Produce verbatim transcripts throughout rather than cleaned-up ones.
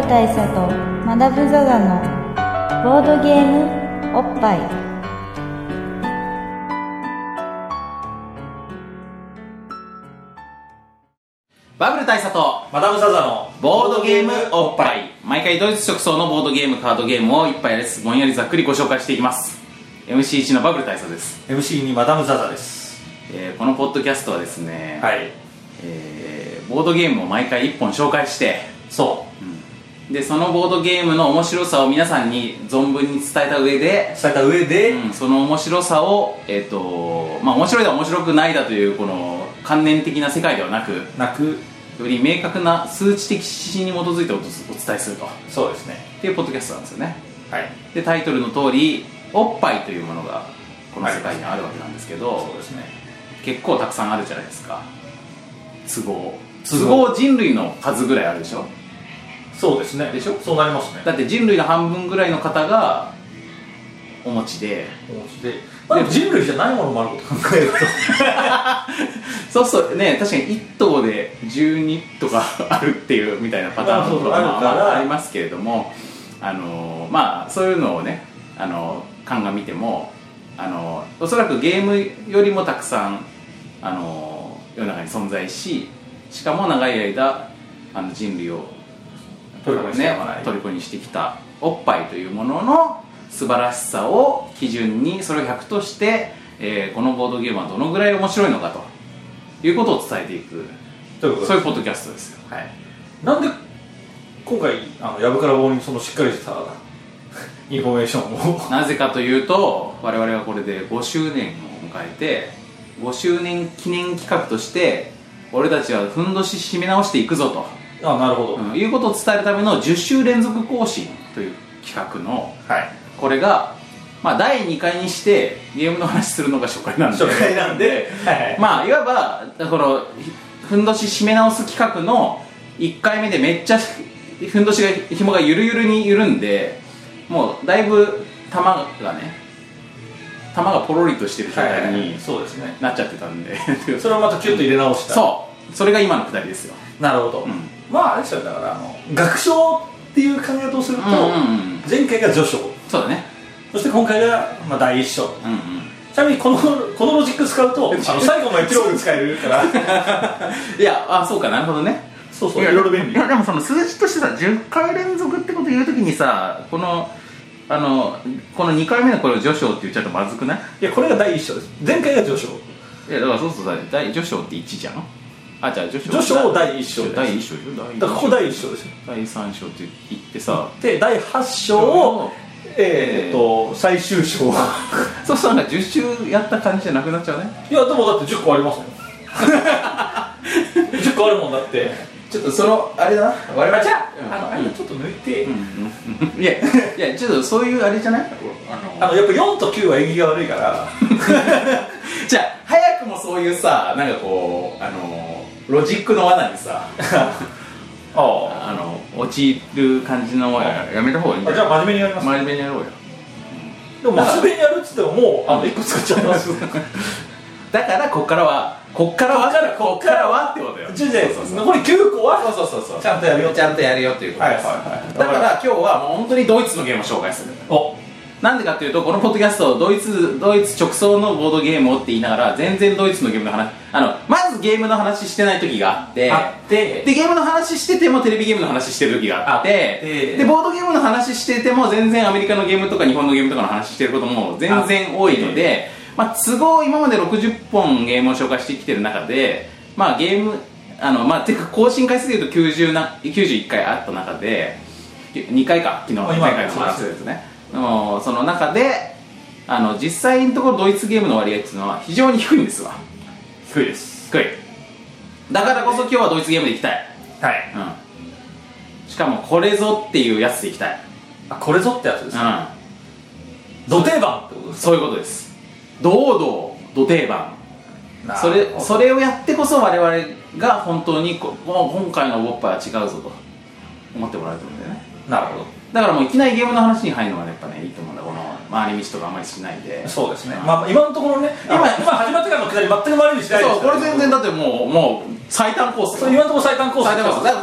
大佐とマダム・ザ・ザのボードゲームおっぱい。 バブル大佐とマダム・ザ・ザのボードゲームおっぱい。毎回ドイツ直送のボードゲームカードゲームを一杯やりつつぼんやりざっくりご紹介していきます。 エムシーワン のバブル大佐です。 エムシーツー にマダム・ザ・ザです。 えー、このポッドキャストはですね、 はい、 えー、ボードゲームを毎回いっぽん紹介して、 そう、 うん、でそのボードゲームの面白さを皆さんに存分に伝えた上で伝えた上で、 うん、その面白さをえっ、ー、とまあ面白いだ面白くないだというこの観念的な世界ではなくなくより明確な数値的指針に基づいてお伝えすると。 そうですね。 っていうポッドキャストなんですよね。 はい。 でタイトルの通りおっぱいというものがこの世界にあるわけなんですけど、 そうですね。 結構たくさんあるじゃないですか。都合都合都合人類の数ぐらいあるでしょ。 そうですね。 でしょ。 そうなりますね。 だって人類の半分ぐらいの方がお持ちでお持ちで、まあ、でも人類じゃないものもあること考えるとそうそうね、確かにいっ頭でじゅうにとかあるっていうみたいなパターンのこともありますけれども、あのまあそういうのをね、あの鑑みても、あのおそらくゲームよりもたくさんあの世の中に存在し、しかも長い間あの人類を虜にしてもらい、 虜にしてきたおっぱいというものの素晴らしさを基準にそれをひゃくとして、えー、このボードゲームはどのぐらい面白いのかということを伝えていく、 ということです。 そういうポッドキャストですよ。はい、 なんで今回あのやぶから棒にそのしっかりしたインフォメーションをなぜかというと、我々はこれでごしゅうねんを迎えて、ごしゅうねん記念企画として俺たちはふんどし締め直していくぞと、 あ、なるほど、 うん、いうことを伝えるためのじゅっしゅう連続更新という企画の、 はい、 これが、まあ、だいにかいにしてゲームの話するのが初回なんで、 初回なんで、はいはい、 まあいわばこのふんどし締め直す企画のいっかいめでめっちゃふんどしが紐がゆるゆるに緩んで、もうだいぶ玉がね玉がポロリとしてる状態になっちゃってたんで、 それをまたキュッと入れ直した。 そうそれが今のくだりですよ。 なるほど、うん、まああれですよ、だからあの学章っていう考え方をすると、うんうんうん、前回が序章、 そうだね、 そして今回が、まあ、だいいっ章、うんうん、ちなみにこのこのロジック使うとあの最後のエピローグ使えるからいや、あ、そうか、なるほどね。 そうそう、いろいろ便利。 いやでもその数字としてさ、じゅっかい連続ってことを言うときにさ、このあのこのにかいめのこれを序章って言っちゃうとまずくない？ いや、これがだいいっ章です。前回が序章。 いやだからそうそう、だ序章っていちじゃん。あ、じゃあ序章序章をだいいっ章です。 だいいっ章でしょ。 だからここだいいっ章ですよ。 だいさん章って言ってさ、 でだいはち章をえー、っと最終章そうするとなんかじゅっ週やった感じじゃなくなっちゃうね。 いやでもだってじゅっこありますもんじゅっこあるもんだって。 ちょっとそのあれだな、 我々じゃあ、あの間ちょっと抜いて、うんうん、いやいやちょっとそういうあれじゃない？ あのやっぱよんときゅうは縁起が悪いからじゃあ早くもそういうさ、なんかこうあのロジックの罠にさああの陥る感じのやめた方がいいんじゃない？ じゃあ真面目にやります。 真面目にやろうよ。 でも真面目にやるっつってももうあのいっこ使っちゃいますだからこっからはこっからはこっからはってことよ。 じゃあ残りきゅうこはそうそうそうそう、 ちゃんとやるよちゃんとやるよっていうことです。 はいはいはい。 だから今日はもう本当にドイツのゲームを紹介する。 おなんでかっていうと、このポッドキャストドイツドイツ直送のボードゲームをって言いながら全然ドイツのゲームの話、あのまずゲームの話してない時があってあってでゲームの話しててもテレビゲームの話してる時があってででボードゲームの話してても全然アメリカのゲームとか日本のゲームとかの話してることも全然多いので、まあ、都合今までろくじゅっぽんゲームを紹介してきてる中で、まあゲームあのまあてか更新回数でいうときゅうじゅうなきゅうじゅういっかいあった中でにかいか、昨日前回の話ですね、のその中であの実際のところドイツゲームの割合っていうのは非常に低いんですわ。 低いです低い。だからこそ今日はドイツゲームでいきたい。 はい、 うん、しかもこれぞっていうやつでいきたい。 あ、これぞってやつですか、うん、ど定番ってことですか？ そういうことです。堂々ど定番。それそれをやってこそ我々が本当にこ今回のボッパーは違うぞと思ってもらえると思うんだよね。 なるほど。 だからもういきなりゲームの話に入るのがやっぱねいいと思うんだ。この回り道とかあんまりしないで。 そうですね、まあ、今のところね、今今始まってからのくだり全く回り道しないですから、 そう、これ全然だってもうもう最短コース。 今のところ最短コース。 最短コースだからこれを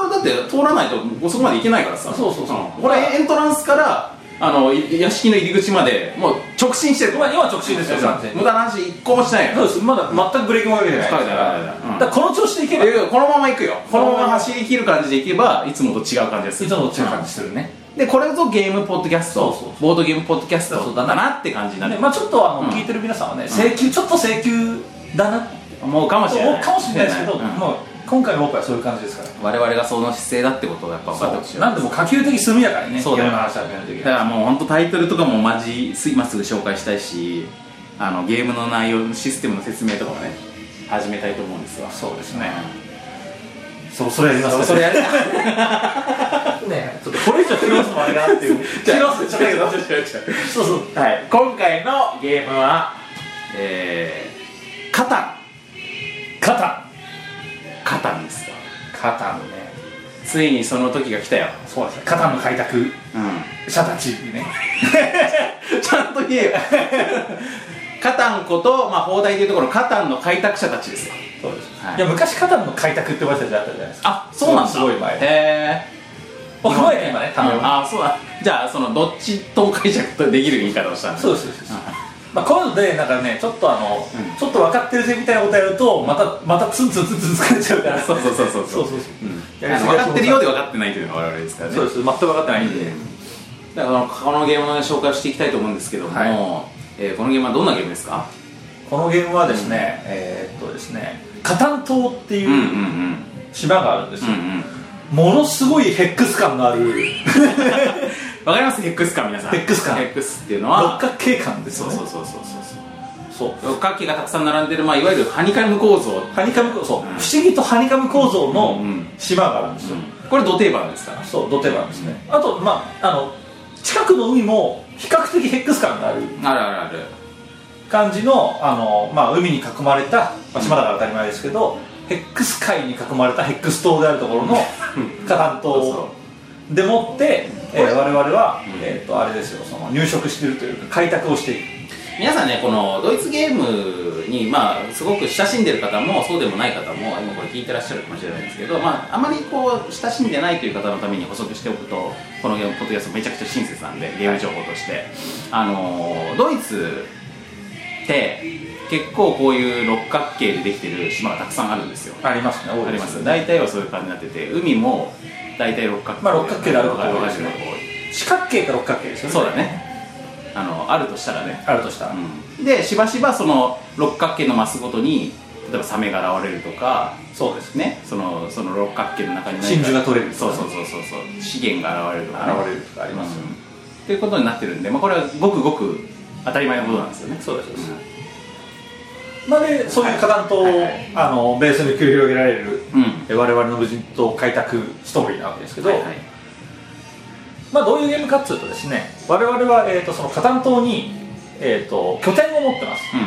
だって通らないとそこまで行けないからさ。 そうそうそう、 うん、これエントランスからあの屋敷の入り口までもう直進してる。 今今直進ですよ。 無駄な話一個もしないよ。 そうです。まだ全くブレーキもかけてないですから。だからこの調子でいけば、 このまま行くよ。このまま走り切る感じでいけばいつもと違う感じです。 いつもと違う感じするね。 でこれぞゲームポッドキャスト、ボードゲームポッドキャストだなって感じになる。 まあちょっとあの聞いてる皆さんはね、請求ちょっと請求だな思うかもしれない。 かもしれないですけど、もう今回の僕はそういう感じですから。 我々がその姿勢だってことをやっぱ分かってほしい。 なんでも可及的速やかにね、 そうだよ。 ゲームの話を始めるときだからもう本当タイトルとかもマジ今すぐ紹介したいし、あのゲームの内容、システムの説明とかもね始めたいと思うんですわ。 そうですね。そろそろやりますか。 それやる。 ね、ちょっとこれ以上広すのもあれかなっていう。広すって言ったけど。そうそう。 はい。今回のゲームは、えー、カタン。 カタン。 カタンですよ。 カタンね。 ついにその時が来たよ。 そうですね。カタンの開拓者たちにね。 ちゃんと言えよ。カタンこと、まあ放題でいうところカタンの開拓者たちですよ。 そうです。はい、いや昔カタンの開拓って私たちあったじゃないですか。 あ、そうなんだ。 すごい前。へえ。 僕もね今ね。 あ、そうだ。じゃあそのどっちと解釈とできる言い方をしたんです。 そうですそうです。まあこういうのでなんかねちょっとあの、うん、ちょっと分かってるぜみたいなことやるとまたまたツンツンツンツン疲れちゃうから。 そうそうそうそうそうそうそう。分かってるようで分かってないというのが我々ですからね。 そうです。全く分かってないんで。 だからこのゲームの紹介をしていきたいと思うんですけども、はい、えー、このゲームはどんなゲームですか？ このゲームはですね、うん、えー、っとですね、カタン島っていう島があるんですよ。ものすごいヘックス感のある。 わかります？ヘックス感、皆さん。 ヘックス感。 ヘックスっていうのは六角形感ですよね。 そうそうそうそうそう。六角形がたくさん並んでる、まあいわゆるハニカム構造。 ハニカム構造、うん、不思議とハニカム構造の島があるんですよ。 うん、これ土定番ですから。 そう、土定番ですね。あとまああの近くの海も比較的ヘックス感がある。あるあるある。感じのあのまあ海に囲まれた、まあ、島だから当たり前ですけど、ヘックス海に囲まれたヘックス島であるところのカタン島でもって、えー、我々は、うん、えー、とあれですよ、その入植しているというか開拓をしている。 皆さんね、このドイツゲームに、まあ、すごく親しんでる方もそうでもない方も今これ聞いてらっしゃるかもしれないんですけど、まあ、あまりこう親しんでないという方のために補足しておくと、このゲームポッドキャストめちゃくちゃ親切なんで、ゲーム情報として、はい、あのドイツって結構こういう六角形でできてる島がたくさんあるんですよ。 ありますね。 あります。大体はそういう感じになってて、海も大体六角形、 まあ六角形であることが多い。 四角形か六角形ですよね。 そうだね。あのあるとしたらね。 あるとしたら。 うん、でしばしばその六角形のマスごとに例えばサメが現れるとか、 そうですね。そのその六角形の中に真珠が取れる。 そうそうそうそうそう。資源が現れるとか、 ね、現れるとかありますよね。 うん、ということになってるんで、まあこれはごくごく当たり前のことなんですよね。 そうです。まあでそういうカタン島を、はいはいはい、あのベースに繰り広げられる、うん、我々の無人島開拓ストーリーなわけですけど、はいはい、まあどういうゲームかっていうとですね、我々は、えー、とそのカタン島に、えー、と拠点を持ってます。うんうん、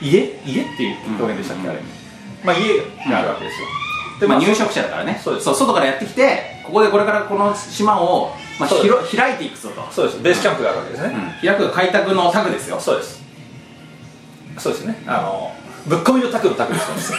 家家っていう表現でしたっけ、うんうん、あれ、まあ家があるわけですよ。 うん、でまあ入植者だからね。そうです。そう外からやってきて、ここでこれからこの島を、まあ、ひろ開いていくぞと。 そうです。ベースキャンプがあるわけですね。 うん、開く開拓のタグですよ。 そうです。そうですね。あのぶっ込みのタクのタクですよ。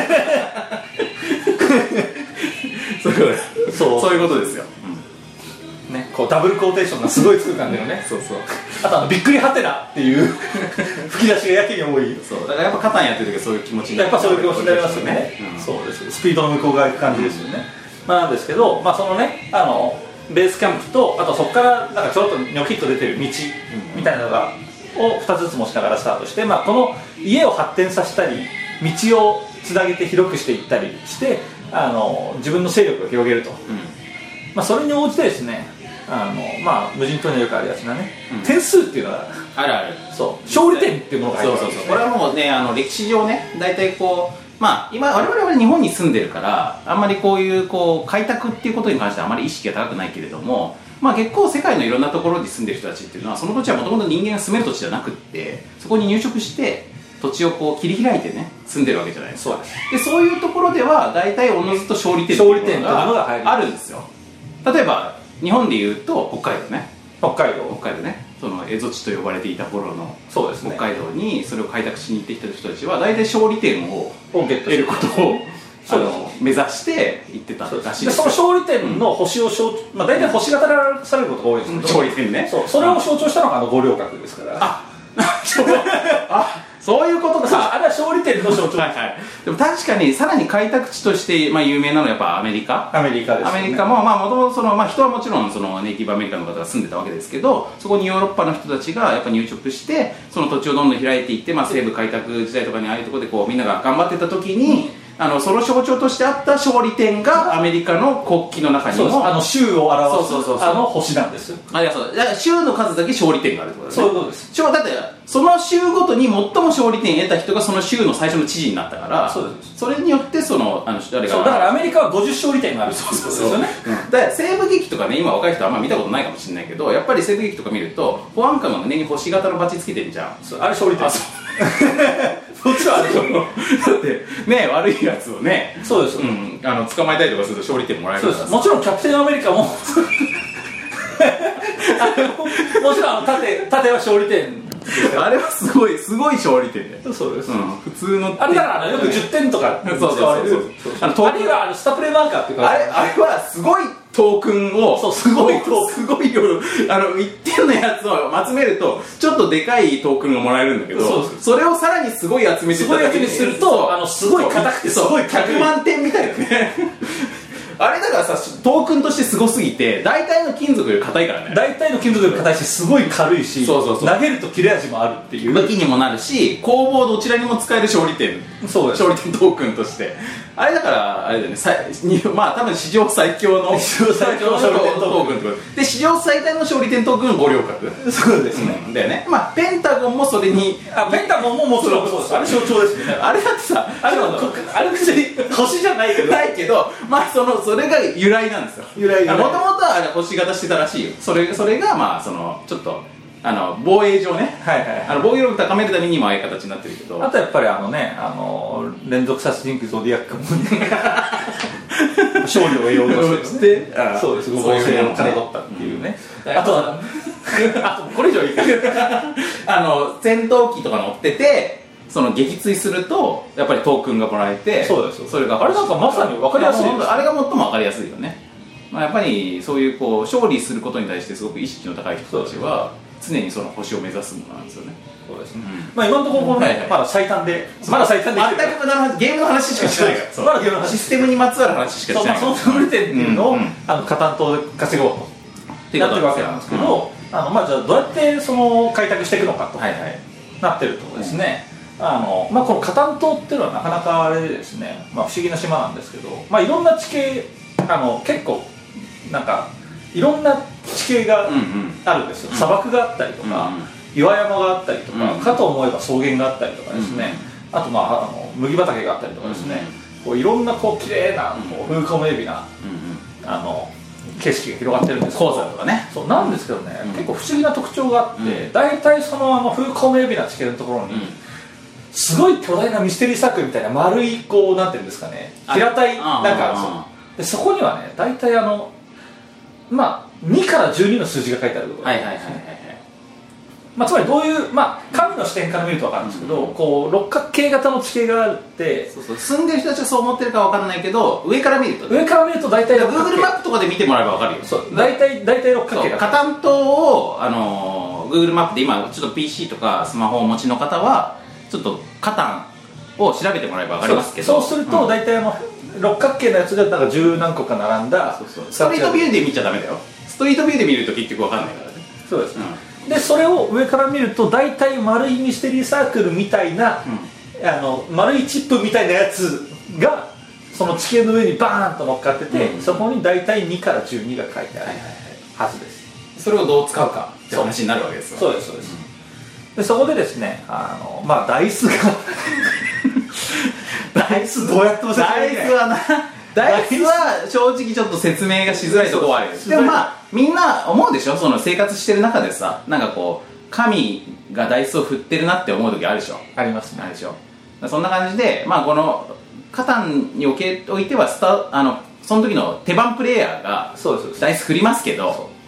そういうことそうそういうことですよ。 うん、ね、こうダブルコーテーションがすごいつく感じのね。 そうそう。 あとあのびっくりはてなっていう吹き出しがやけに多い。 そうだからやっぱカタンやってる時はそういう気持ちにやっぱそういう気持ちになりますよね。うん、そうです。スピードの向こう側行く感じですよね。うん、まあなんですけど、まあそのねあのベースキャンプとあとそこからなんかちょろっとニョキッと出てる道みたいなのが。をふたつずつ持ちながらスタートして、まあ、この家を発展させたり道をつなげて広くしていったりしてあの自分の勢力を広げると、うん、まあ、それに応じてですねあの、まあ、無人島によくあるやつなね、うん、点数っていうのがあるあるそう勝利点っていうものが入ってるんですよね。 そうそうそうこれはもうねあの歴史上ね大体こうまあ今我々は日本に住んでるからあんまりこういうこう開拓っていうことに関してはあまり意識が高くないけれども、まあ、結構世界のいろんなところに住んでる人たちっていうのはその土地はもともと人間が住める土地じゃなくってそこに入植して土地をこう切り開いてね住んでるわけじゃないですか。そうです。でそういうところでは大体おのずと勝利点っていうのがあるんですよ。例えば日本でいうと北海道ね北海道北海道ねその蝦夷地と呼ばれていた頃のそうです、ね、 北海道にそれを開拓しに行ってきた人たちは大体勝利点を得ることをあの目指して行ってたらしいです。 でその勝利点の星を象徴、まあ、大体星がたらされることが多いですけど、 勝利点ね、 そうそれを象徴したのがあの五稜郭ですから。 ああそういうことか。 あれは勝利点の象徴。 はいはい。でも確かにさらに開拓地として、まあ、有名なのはやっぱアメリカ。 アメリカです、ね、 アメリカもまあもともとその、まあ、人はもちろんそのネイティブアメリカの方が住んでたわけですけど、そこにヨーロッパの人たちがやっぱ入植してその土地をどんどん開いていって、まあ、西部開拓時代とかにああいうところでこうみんなが頑張ってた時に、あのその象徴としてあった勝利点がアメリカの国旗の中にもあの州を表すそうそうそうそうあの星なんですよ。 あいやそうだから州の数だけ勝利点があるってことですね。 そういうことです。 だってその州ごとに最も勝利点を得た人がその州の最初の知事になったから、 そうです。 それによってそのあの誰がそうだからアメリカはごじゅう勝利点があるってことですよね。 だから西部劇とかね、今若い人はあんま見たことないかもしれないけど、やっぱり西部劇とか見ると保安官が胸に星型のバッジつけてるじゃん。 そうあれ勝利点。そっちはあれでしょ。 だってね悪いやつをね、 そうです、 うん、あの捕まえたりとかすると勝利点もらえるから。 そうです。もちろんキャプテンアメリカももちろんあの盾盾は勝利点。 あれはすごいすごい勝利点で。 そうです、 うん、普通のあれだからあのよくじゅってんとか使われる。あのあれはあのスタプレマーカーっていうか、 あれあれはすごいトークンをそうすごいトークンすごい量あのいってんのやつを集めるとちょっとでかいトークンがもらえるんだけど、 そ, それをさらにすごい集めてすごい集めするとあのすごい硬くてすごいひゃくまんてんみたいなねあれだからさトークンとしてすごすぎて大体の金属より硬いからね。 大体の金属より硬いしすごい軽いし、 そうそうそう投げると切れ味もあるっていう武器にもなるし攻防どちらにも使える勝利点。 そうです。 勝利点トークンとしてあれだからあれだよね、さにまあ多分史上最強の史上最強の勝利点トークンってことで、史上最大の勝利点トークン五稜郭。 そうですね、 うん、だよね。まあペンタゴンもそれにあペンタゴンももちろんそうです。あれ象徴ですね。 あれだってさあれはあれ別に星じゃないけどないけど、まあそのそれが由来なんですよ。 由来由来もともとはあれ星型してたらしいよ。それそれがまあそのちょっとあの防衛上ね、 はいはいはい、 あの防御力高めるためにもああいう形になってるけど、 あとやっぱりあのねあの連続殺人鬼ゾディアックも勝利を得ようとして、ね、そうです合成を金取ったっていうね、うん、あとはあとこれ以上いいかあの戦闘機とか乗っててその撃墜するとやっぱりトークンがもらえて、 そうです。 それがあれなんかまさに分かりやすいです。 あれが最も分かりやすいよね。まあ、やっぱりそういうこう勝利することに対してすごく意識の高い人たちは常にその星を目指すものなんですよね。 そうですね、うん、まあ今のところこの、ねはいはい、まだ最短でまだ最短で全く無駄なゲームの話しかしてないからまだゲームの話システムにまつわる話しかしてないから、 その勝利点っていうのを、うんうん、あの加担島で稼ごうとやってるわけなんですけど、うん、あのまあじゃあどうやってその開拓していくのかと、はいはい、なってるとですね、うん、あのまあこの加担島っていうのはなかなかあれでですね、まあ不思議な島なんですけど、まあいろんな地形あの結構なんかいろんな地形があるんですよ、うんうん、砂漠があったりとか、うんうん、岩山があったりとか、うん、かと思えば草原があったりとかですね、うん、あとまああの麦畑があったりとかですね、うん、こういろんなこう綺麗なこう風光明媚な、うん、あの景色が広がってるんですけど、 鉱山とかね、 そうなんですけどね、うん、結構不思議な特徴があって、うん、大体そのあの風光明媚な地形のところに、うん、すごい巨大なミステリーサークルみたいな丸いこうなんていうんですかね、平たいなんかあるんですよ。でそこにはね大体あのまあにからじゅうにの数字が書いてあるところですね。まあつまりどういう、まあ神の視点から見ると分かるんですけど、うん、こう六角形型の地形があって、そうそう住んでる人たちはそう思ってるか分からないけど、上から見ると、 ね、上から見ると大体 Google マップとかで見てもらえば分かるよ。 そう大体大体六角形が加担島をあの Google マップで今ちょっと ピーシー とかスマホをお持ちの方はちょっと加担を調べてもらえば分かりますけど、 そうすると大体あの、うん、六角形のやつがなんか十何個か並んだ、 そうそうストリートビューで見ちゃダメだよ。ストリートビューで見ると結局分かんないからね。 そうです、うん、でそれを上から見ると大体丸いミステリーサークルみたいな、うん、あの丸いチップみたいなやつがその地形の上にバーンと乗っかってて、うん、そこに大体にからじゅうにが書いてあるはずです。 それをどう使うかって話になるわけですよ。 そうですそうです、うん、でそこでですねあのまあダイスがダイスどうやっても説明できない。 ダイスはなダイスは正直ちょっと説明がしづらいところはある。でもまあみんな思うでしょ、その生活してる中でさ、なんかこう神がダイスを振ってるなって思う時あるでしょ。 ありますね。 あるでしょ。そんな感じで、まあこのカタンにおけおいてはスタあのその時の手番プレイヤーがダイス振りますけど、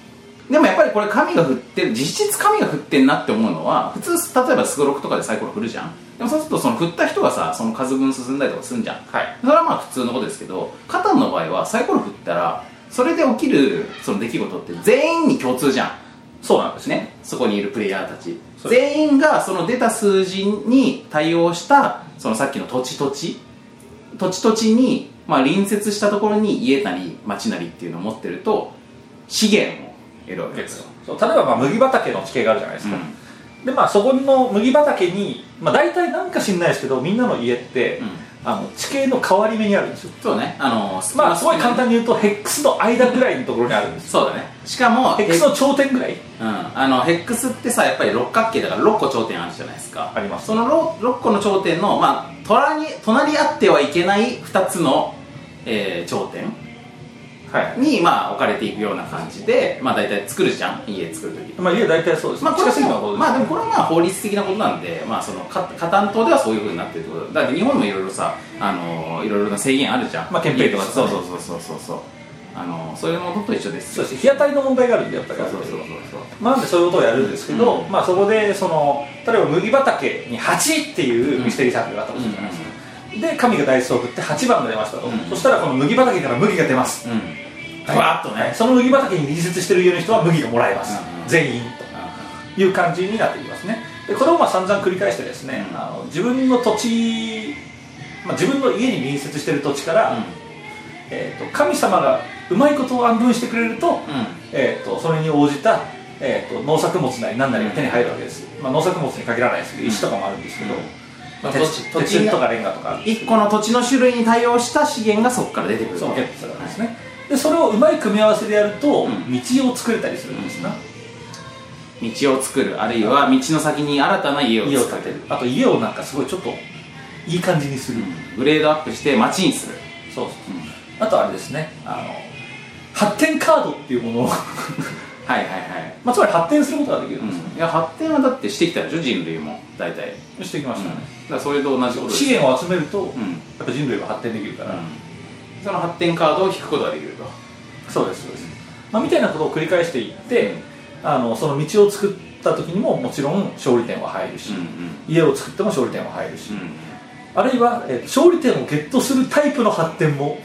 でもやっぱりこれ神が振ってる、実質神が振ってんなって思うのは、普通例えばスゴロクとかでサイコロ振るじゃん。でもそうするとその振った人がさ、その数分進んだりとかするんじゃん、はい、それはまあ普通のことですけど、カタンの場合はサイコロ振ったらそれで起きるその出来事って全員に共通じゃん。 そうなんですね。 そこにいるプレイヤーたち全員がその出た数字に対応したそのさっきの土地土地土地土地に、まあ、隣接したところに家なり町なりっていうのを持ってると資源を得るわけですよ。 そう例えばまあ麦畑の地形があるじゃないですか、うん、でまあそこの麦畑に、まあ、大体なんか知んないですけどみんなの家って、うん、あの地形の変わり目にあるんですよ。 そうね、あのまあすごい簡単に言うとヘックスの間ぐらいのところにあるんです。 そうだね。しかもヘックスの頂点ぐらい、 うん、あのヘックスってさやっぱり六角形だからろっこ頂点あるじゃないですか。 あります。 その 6, ろっこの頂点の、まあ、隣に隣り合ってはいけないふたつの、えー、頂点に、はい、まあ置かれていくような感じで、まあ大体作るじゃん、家作るとき。 まあ家大体そうです。 まあこれはまあでもこれはまあ法律的なことなんで、まあそのカタン島ではそういうふうになってるってことだ。だって日本もいろいろさ、あのいろいろな制限あるじゃん。 まあ憲兵とか、ね、 そうそうそうそうそうそう。あのそういうものと一緒です。 そうです。日当たりの問題があるんでやっぱり。そうそうそうそう。まあなんでそういうことをやるんですけど、うん、まあそこでその例えば麦畑にはちっていうミステリーサークルがあったとするじゃないですか。うん、で神がダイスを振ってはちばんが出ましたと。うん、そしたらこの麦畑から麦が出ます。うんふわっとね、はい、その麦畑に隣接している家の人は麦がもらえます、うん、全員という感じになっていきますね。でこれをまあ散々繰り返してですね、うん、あの自分の土地、まあ、自分の家に隣接している土地から、うんえー、と神様がうまいことを安分してくれると、うんえー、とそれに応じた、えー、と農作物なり何なりが手に入るわけです、まあ、農作物に限らないですけど石とかもあるんですけど、うんまあ、鉄, 土地とかレンガとかいっこの土地の種類に対応した資源がそこから出てくるそうゲットするわけですね、はいでそれをうまい組み合わせでやると、うん、道を作れたりするんですな、 うん、道を作るあるいは道の先に新たな家を作る、 家を建てるあと家をなんかすごいちょっといい感じにする、 うん、グレードアップして街にするそうそう、うん、あとあれですねあの発展カードっていうものをはいはいはい、まあ、つまり発展することができるんです、 うん、いや発展はだってしてきたでしょ人類も大体してきましたね、 うん、だからそれと同じことです資源を集めると、うん、やっぱ人類は発展できるから、うんその発展カードを引くことができるとそうですそうです、まあ、みたいなことを繰り返していって、うん、あのその道を作った時にももちろん勝利点は入るし、うんうん、家を作っても勝利点は入るし、うん、あるいは、えー、勝利点をゲットするタイプの発展も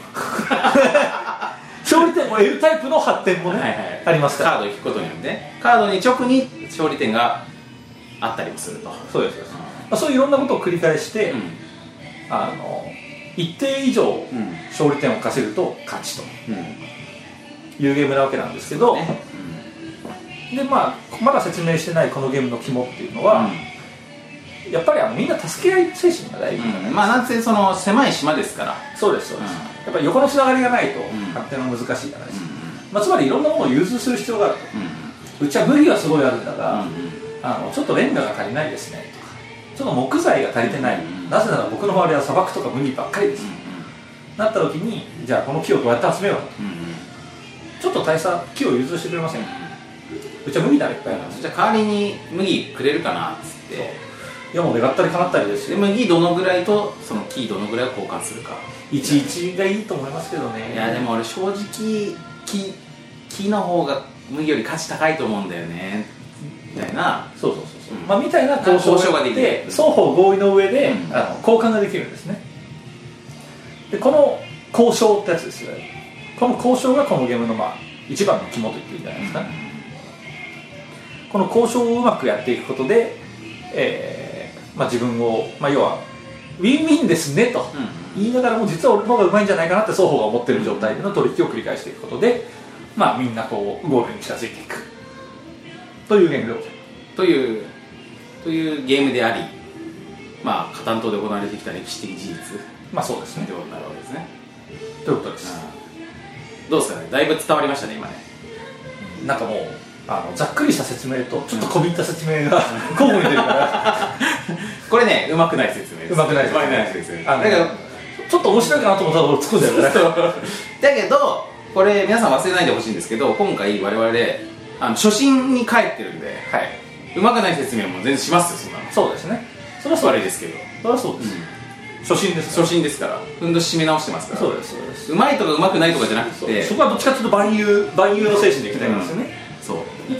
勝利点を得るタイプの発展もね、はいはい、ありますからカードを引くことによってカードに直に勝利点があったりもするとそうですそうです、うんまあ、そういういろんなことを繰り返して、うん、あの一定以上勝利点を稼ぐと勝ちというゲームなわけなんですけど、ねうん、でまあまだ説明してないこのゲームの肝っていうのは、うん、やっぱりあのみんな助け合い精神が大事なんです、 うん、まあなんせその狭い島ですからそうですそうです、うん、やっぱり横のつながりがないと発展は難しいじゃないですか、うんまあ、つまりいろんなものを融通する必要があると、うん、うちは麦はすごいあるんだが、うん、あのちょっとレンガが足りないですねちょっと木材が足りてない、うん、なぜなら僕の周りは砂漠とか麦ばっかりです、うんうん、なった時にじゃあこの木をどうやって集めようかと、うんうん、ちょっと大佐木を融通してくれませんか、うん、うちは麦ならいっぱいあるんですじゃあ代わりに麦くれるかなっつっていやもう願ったり叶ったりですよで麦どのぐらいとその木どのぐらいを交換するかいちいちがいいと思いますけどねいやでも俺正直木木の方が麦より価値高いと思うんだよねみたいなそうそうそうそう、うんまあ、みたいな交渉ができて双方合意の上で、うん、あの交換ができるんですねでこの交渉ってやつですよねこの交渉がこのゲームの、まあ、一番の肝と言っていいんじゃないですか、うん、この交渉をうまくやっていくことで、えーまあ、自分を、まあ、要はウィンウィンですねと言いながらも実は俺の方がうまいんじゃないかなって双方が思っている状態での取引を繰り返していくことで、まあ、みんなこうゴールに近づいていくというゲームでございますというというゲームであり、まあ、カタン島で行われてきた歴史的事実まあそうですねということになるわけですねということです、 うん、どうですかねだいぶ伝わりましたね今ねなんかもうあのざっくりした説明とちょっと込み入った説明が交互に出るからこれねうまくない説明ですうまくない説明あのだからちょっと面白いかなと思ったら俺突っ込んじゃうからだけどこれ皆さん忘れないでほしいんですけど今回我々あの初心に帰ってるんで、はい、うまくない説明も全然しますよそんなのそうですねそれは悪いですけどそれはそうです、うん、初心です初心ですからふんどし締め直してますからそうですそうですうまいとかうまくないとかじゃなくてそ, そこはどっちかというと万有万有の精神でいきたいんですよね、 うん、そう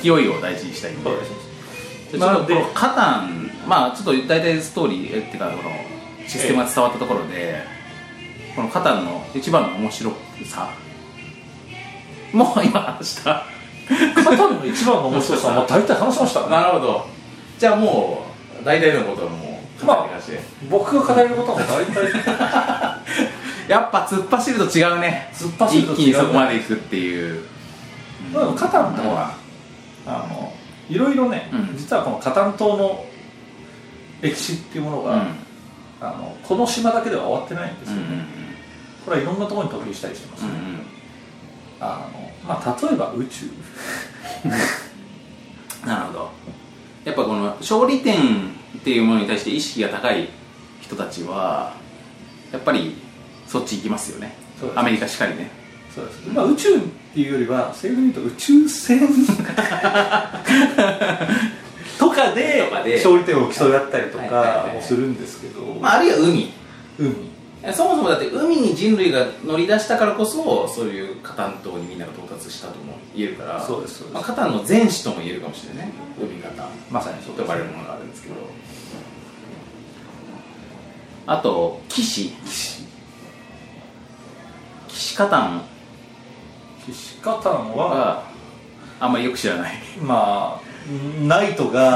勢いを大事にしたいんで、ちょっとこのカタン、まあちょっと大体ストーリーっていうかこのシステムが伝わったところで、ええ、このカタンの一番の面白さもう今話したカタンの一番の面白さはもう大体話しました、ね、 なるほど。じゃあもう大体のことはもうまあ僕が語れることはもう大体やっぱ突っ走ると違うね。 突っ走ると違う、ね、 一気にそこまで行くっていう、 うん、でもカタンってほら、うん、あのいろいろね、うん、実はこのカタン島の歴史っていうものが、うん、あのこの島だけでは終わってないんですよね、うんうんうん、これはいろんなところに飛びしたりしてますね、うんうん、あのまあ、例えば宇宙なるほど。やっぱこの勝利点っていうものに対して意識が高い人たちはやっぱりそっち行きますよね。アメリカしかりね。 そうです、まあ、宇宙っていうよりは正確に言うと宇宙船とかで勝利点を競い合ったりとかもするんですけど、 まあ、あるいは海海そもそもだって海に人類が乗り出したからこそそういうカタン島にみんなが到達したとも言えるから、 そうですそうです、 まあ、カタンの前史とも言えるかもしれないね。海型まさにそうと呼ばれるものがあるんですけど、あと騎士騎士カタン騎士カタンはあんまりよく知らない。 まあナイトが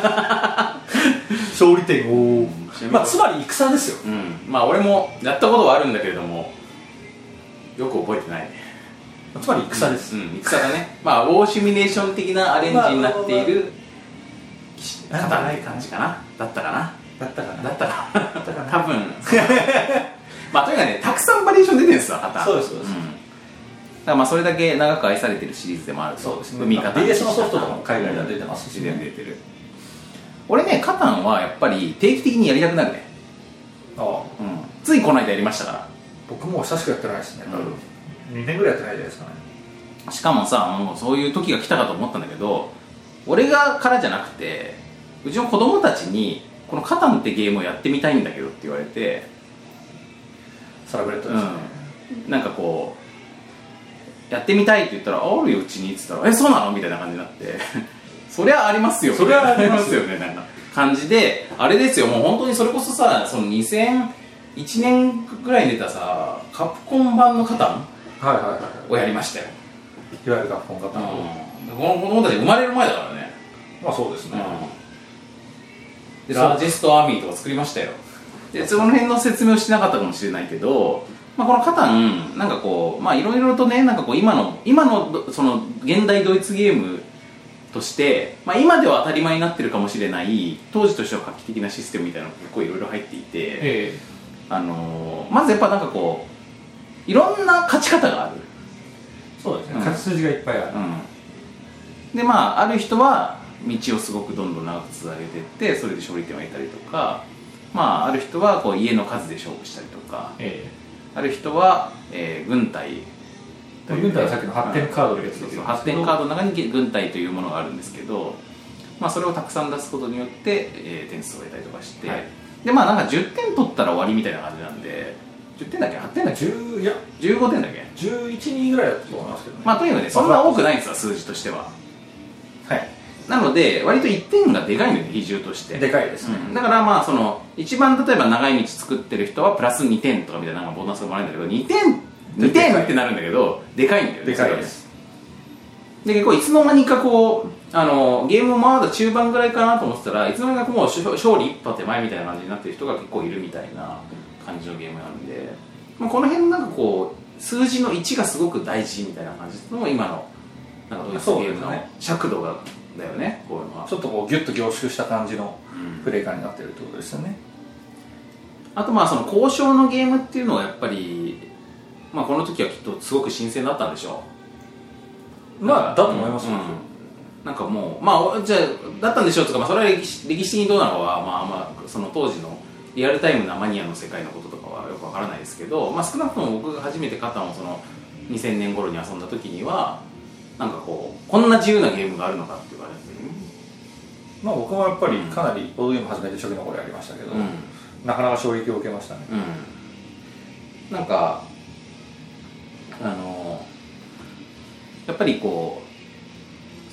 勝利点を、まあ、つまり戦ですよ、 うん、まあ俺もやったことはあるんだけれどもよく覚えてない。 つまり戦です、 うんうん、戦だね。まあウォーシミュレーション的なアレンジになっているカタンない感じかな。だったかなだったかなだったかな多分まあとにかくね、たくさんバリエーション出てるんですよカタン。 そうですそうです、うん、 だからまあそれだけ長く愛されてるシリーズでもあると。 そうですね。 海カタンディーエス のソフトとかも海外では出てますし、 ね、出てる。俺ねカタンはやっぱり定期的にやりたくなるね。 ああ、うん、 ついこの間やりましたから。 僕も久しくやってないですね、多分、うん、にねんぐらいやってないじゃないですかね。 しかもさ、もうそういう時が来たかと思ったんだけど、俺がからじゃなくてうちの子供たちにこのカタンってゲームをやってみたいんだけどって言われて、 サラブレッドですね、 うん、なんかこうやってみたいって言ったらあるようちにって言ったらえそうなのみたいな感じになってそりゃありますよ、 そりゃありますよねなんか感じで、あれですよ、もう本当にそれこそさ、そのにせんいちねんぐらいに出たさカプコン版のカタンをやりましたよ。 いわゆるカプコンカタン、 うん、この子供たち生まれる前だからね。 まあそうですね、 うん、でラージェストアーミーとか作りましたよ。でその辺の説明をしてなかったかもしれないけど、まあ、このカタンなんかこうまあいろいろとね、なんかこう今の今のその現代ドイツゲームとして、まあ、今では当たり前になってるかもしれない当時としては画期的なシステムみたいなのが結構いろいろ入っていて、えーあのー、まずやっぱなんかこういろんな勝ち方がある。 そうですね、うん、勝ち筋がいっぱいある、 うん、でまあある人は道をすごくどんどん長くつなげていってそれで勝利点を得たりとか、まあある人はこう家の数で勝負したりとか、えー、ある人は、えー、軍隊軍隊はさっきの発展カードでやつですよ。 発展カードの中に軍隊というものがあるんですけど、まあ、それをたくさん出すことによって、えー、点数を得たりとかして、はい、でまあなんかじゅってん取ったら終わりみたいな感じなんで、じゅってんだっけはってんだっけじゅういやじゅうごてんだっけじゅういち、にぐらいだったと思いますけどね。まあとにかくねそんな多くないんですよ数字としては。はい。なので割といってんがでかいのよ、比重としてでかいですね、 うん、だからまあその一番例えば長い道作ってる人はプラスにてんとかみたいなボーナスがもらえるんだけど、にてんにてんってなるんだけどでかいんだよね。 でかいです。 で結構いつの間にかこうあのゲームもまだ中盤ぐらいかなと思ってたらいつの間にかもう勝利一歩手前みたいな感じになってる人が結構いるみたいな感じのゲームなんで、まあ、この辺なんかこう数字のいちがすごく大事みたいな感じのも今のなんかドイツゲームの尺度がだよね。こういうのはちょっとこうギュッと凝縮した感じのプレイ感になってるってことですよね、 うん、あとまあその交渉のゲームっていうのはやっぱり、まあ、この時はきっとすごく新鮮だったんでしょう。 まあだと思いますよ、うんうん、 なんかもうまあじゃあだったんでしょうとか、まあ、それは歴史歴史的にどうなのかはまあまあその当時のリアルタイムなマニアの世界のこととかはよくわからないですけど、まあ、少なくとも僕が初めてカタンをそのにせんねん頃に遊んだ時にはなんかこうこんな自由なゲームがあるのかって言われて、 まあ僕もやっぱりかなりボードゲーム始めて初期の頃やりましたけど、うん、なかなか衝撃を受けましたね、 うん、なんかあのやっぱりこう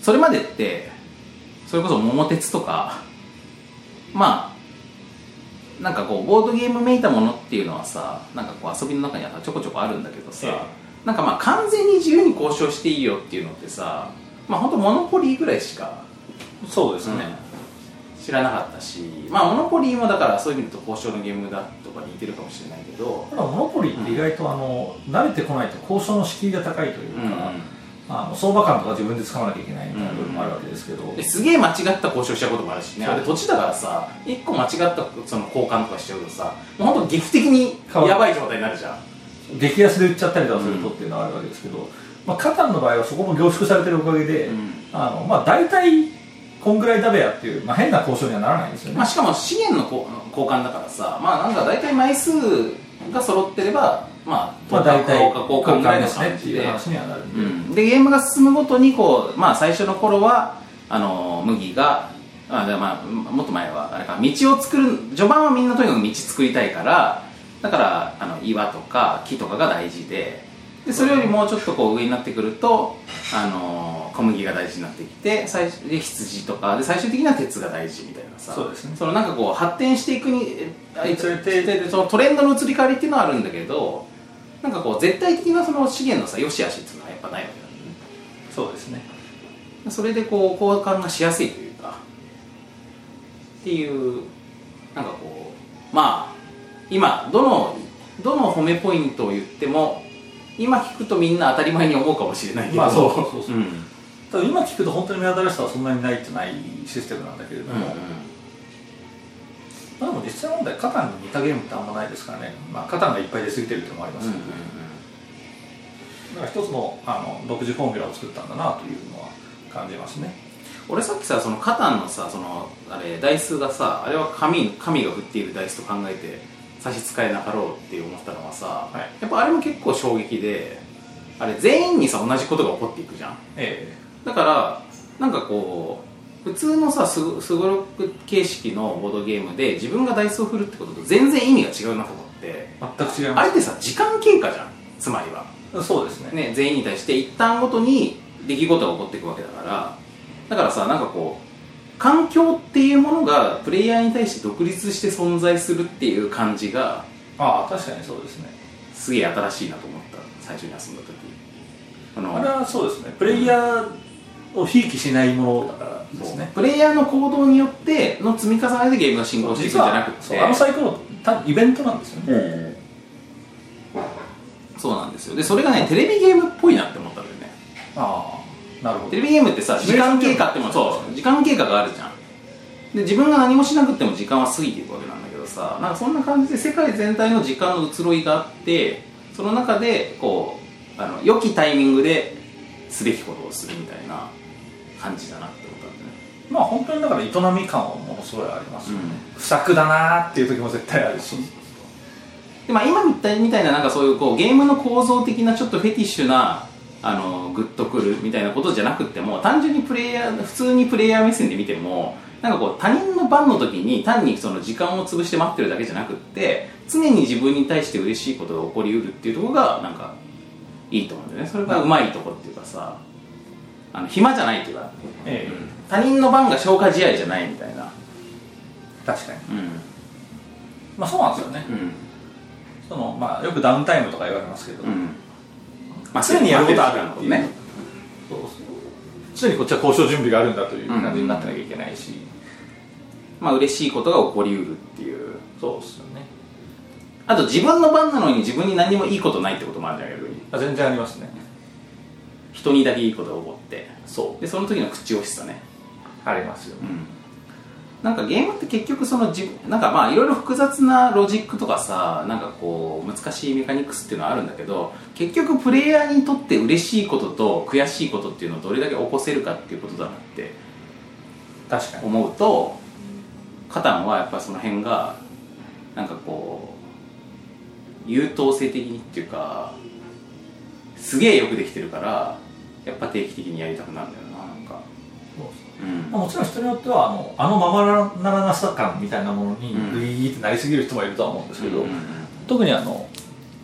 それまでってそれこそ桃鉄とかまあなんかこうボードゲームめいたものっていうのはさなんかこう遊びの中にはちょこちょこあるんだけどさ、ええ、なんかまあ完全に自由に交渉していいよっていうのってさまあ本当モノポリーぐらいしかそうですね、 うん、知らなかったしまあモノポリーもだからそういう意味でと交渉のゲームだとか似てるかもしれないけどただモノポリーって意外とあの、うん、慣れてこないと交渉の敷居が高いというか、うんうんあの相場感とか自分で使わなきゃいけないみたいな部分もあるわけですけど、うん、 ですげえ間違った交渉しちゃうこともあるしねあれ土地だからさいっこ間違ったその交換とかしちゃうとさもうほんと劇的にやばい状態になるじゃん激安で売っちゃったりとかするとっていうのはあるわけですけど、うんまあ、カタンの場合はそこも凝縮されてるおかげで、うん、あのまあ、大体こんぐらいだべやっていう、まあ、変な交渉にはならないんですよね、 まあ、しかも資源の交換だからさまあなんか大体枚数が揃ってればまあ、 まあ大体交換ぐらいの感じで、 っていう話にはなるんで、 うん、でゲームが進むごとにこう、まあ、最初の頃はあの麦が、まあまあ、もっと前はあれか道を作る序盤はみんなとにかく道作りたいからだからあの岩とか木とかが大事で、でそれよりもうちょっとこう上になってくるとあの小麦が大事になってきて最で羊とかで最終的には鉄が大事みたいなさそうですねそのなんかこう発展していくにつれてそのトレンドの移り変わりっていうのはあるんだけどなんかこう絶対的なその資源のさ良し悪しっていうのはやっぱないわけなんだよね。 そうですねそれでこう交換がしやすいというかっていうなんかこうまあ今どのどの褒めポイントを言っても今聞くとみんな当たり前に思うかもしれないけど、まあ、そうそうそうそう、うん、 ただ今聞くと本当に目新しさはそんなにないってないシステムなんだけれども、うんうんまあ、でも実際問題カタンに似たゲームってあんまないですからね、まあ、カタンがいっぱい出過ぎてるっていうのもありますけど、ねうんうんうん、だから一つの、あの独自フォーミュラを作ったんだなというのは感じますね。 俺さっきさそのカタンのさそのあれ台数がさあれは神神が振っているダイスと考えて差し支えなかろうって思ったのはさ、はい、やっぱあれも結構衝撃であれ全員にさ同じことが起こっていくじゃん、ええ、だからなんかこう普通のさすごろく形式のボードゲームで自分がダイスを振るってことと全然意味が違うなと思って全く違います。 あれってさ時間経過じゃんつまりはそうです ね, ね全員に対して一旦ごとに出来事が起こっていくわけだからだからさなんかこう環境っていうものがプレイヤーに対して独立して存在するっていう感じがああ確かにそうですねすげえ新しいなと思った最初に遊んだ時あ, のあれはそうですねプレイヤーをひいきしないものだからですね、 プレイヤーの行動によっての積み重ねでゲームが進行していくんじゃなくてあのサイクルのイベントなんですよね、うんそうなんですよでそれがねテレビゲームっぽいなって思ったんだよねああなるほどテレビゲームってさ時間経過ってもそう時間経過があるじゃんで自分が何もしなくても時間は過ぎていくわけなんだけどさなんかそんな感じで世界全体の時間の移ろいがあってその中でこうあの良きタイミングですべきことをするみたいな感じだなって思ったんだねまあ本当にだから営み感はものすごいありますよね、うん、不作だなっていう時も絶対あるしで、まあ、今みたいみたいななんかそういうこうゲームの構造的なちょっとフェティッシュなあのグッとくるみたいなことじゃなくても単純にプレイヤー普通にプレイヤー目線で見てもなんかこう他人の番の時に単にその時間を潰して待ってるだけじゃなくって常に自分に対して嬉しいことが起こりうるっていうところがなんかいいと思うんだよねそれがうまいところっていうかさあの暇じゃないっていうか、ええうん、他人の番が消化試合じゃないみたいな確かに、 うん、 まあそうなんですよね、うんそのまあ、よくダウンタイムとか言われますけど、うんまあ、常にやることあるんですねそうそう常にこっちは交渉準備があるんだという感じになってなきゃいけないし、うんうんまあ嬉しいことが起こりうるっていうそうですよねあと自分の番なのに自分に何もいいことないってこともあるんだけどあ全然ありますね人にだけいいことが起こってそうでその時の口惜しさねありますよ、ねうんなんかゲームって結局その自分なんかまあいろいろ複雑なロジックとかさなんかこう難しいメカニクスっていうのはあるんだけど結局プレイヤーにとって嬉しいことと悔しいことっていうのをどれだけ起こせるかっていうことだなって確かに思うとカタンはやっぱその辺がなんかこう優等生的にっていうかすげえよくできてるからやっぱ定期的にやりたくなるんだよななんかうんまあ、もちろん人によってはあのあのままならなさ感みたいなものにグイーってなりすぎる人もいるとは思うんですけど、うん、特にあの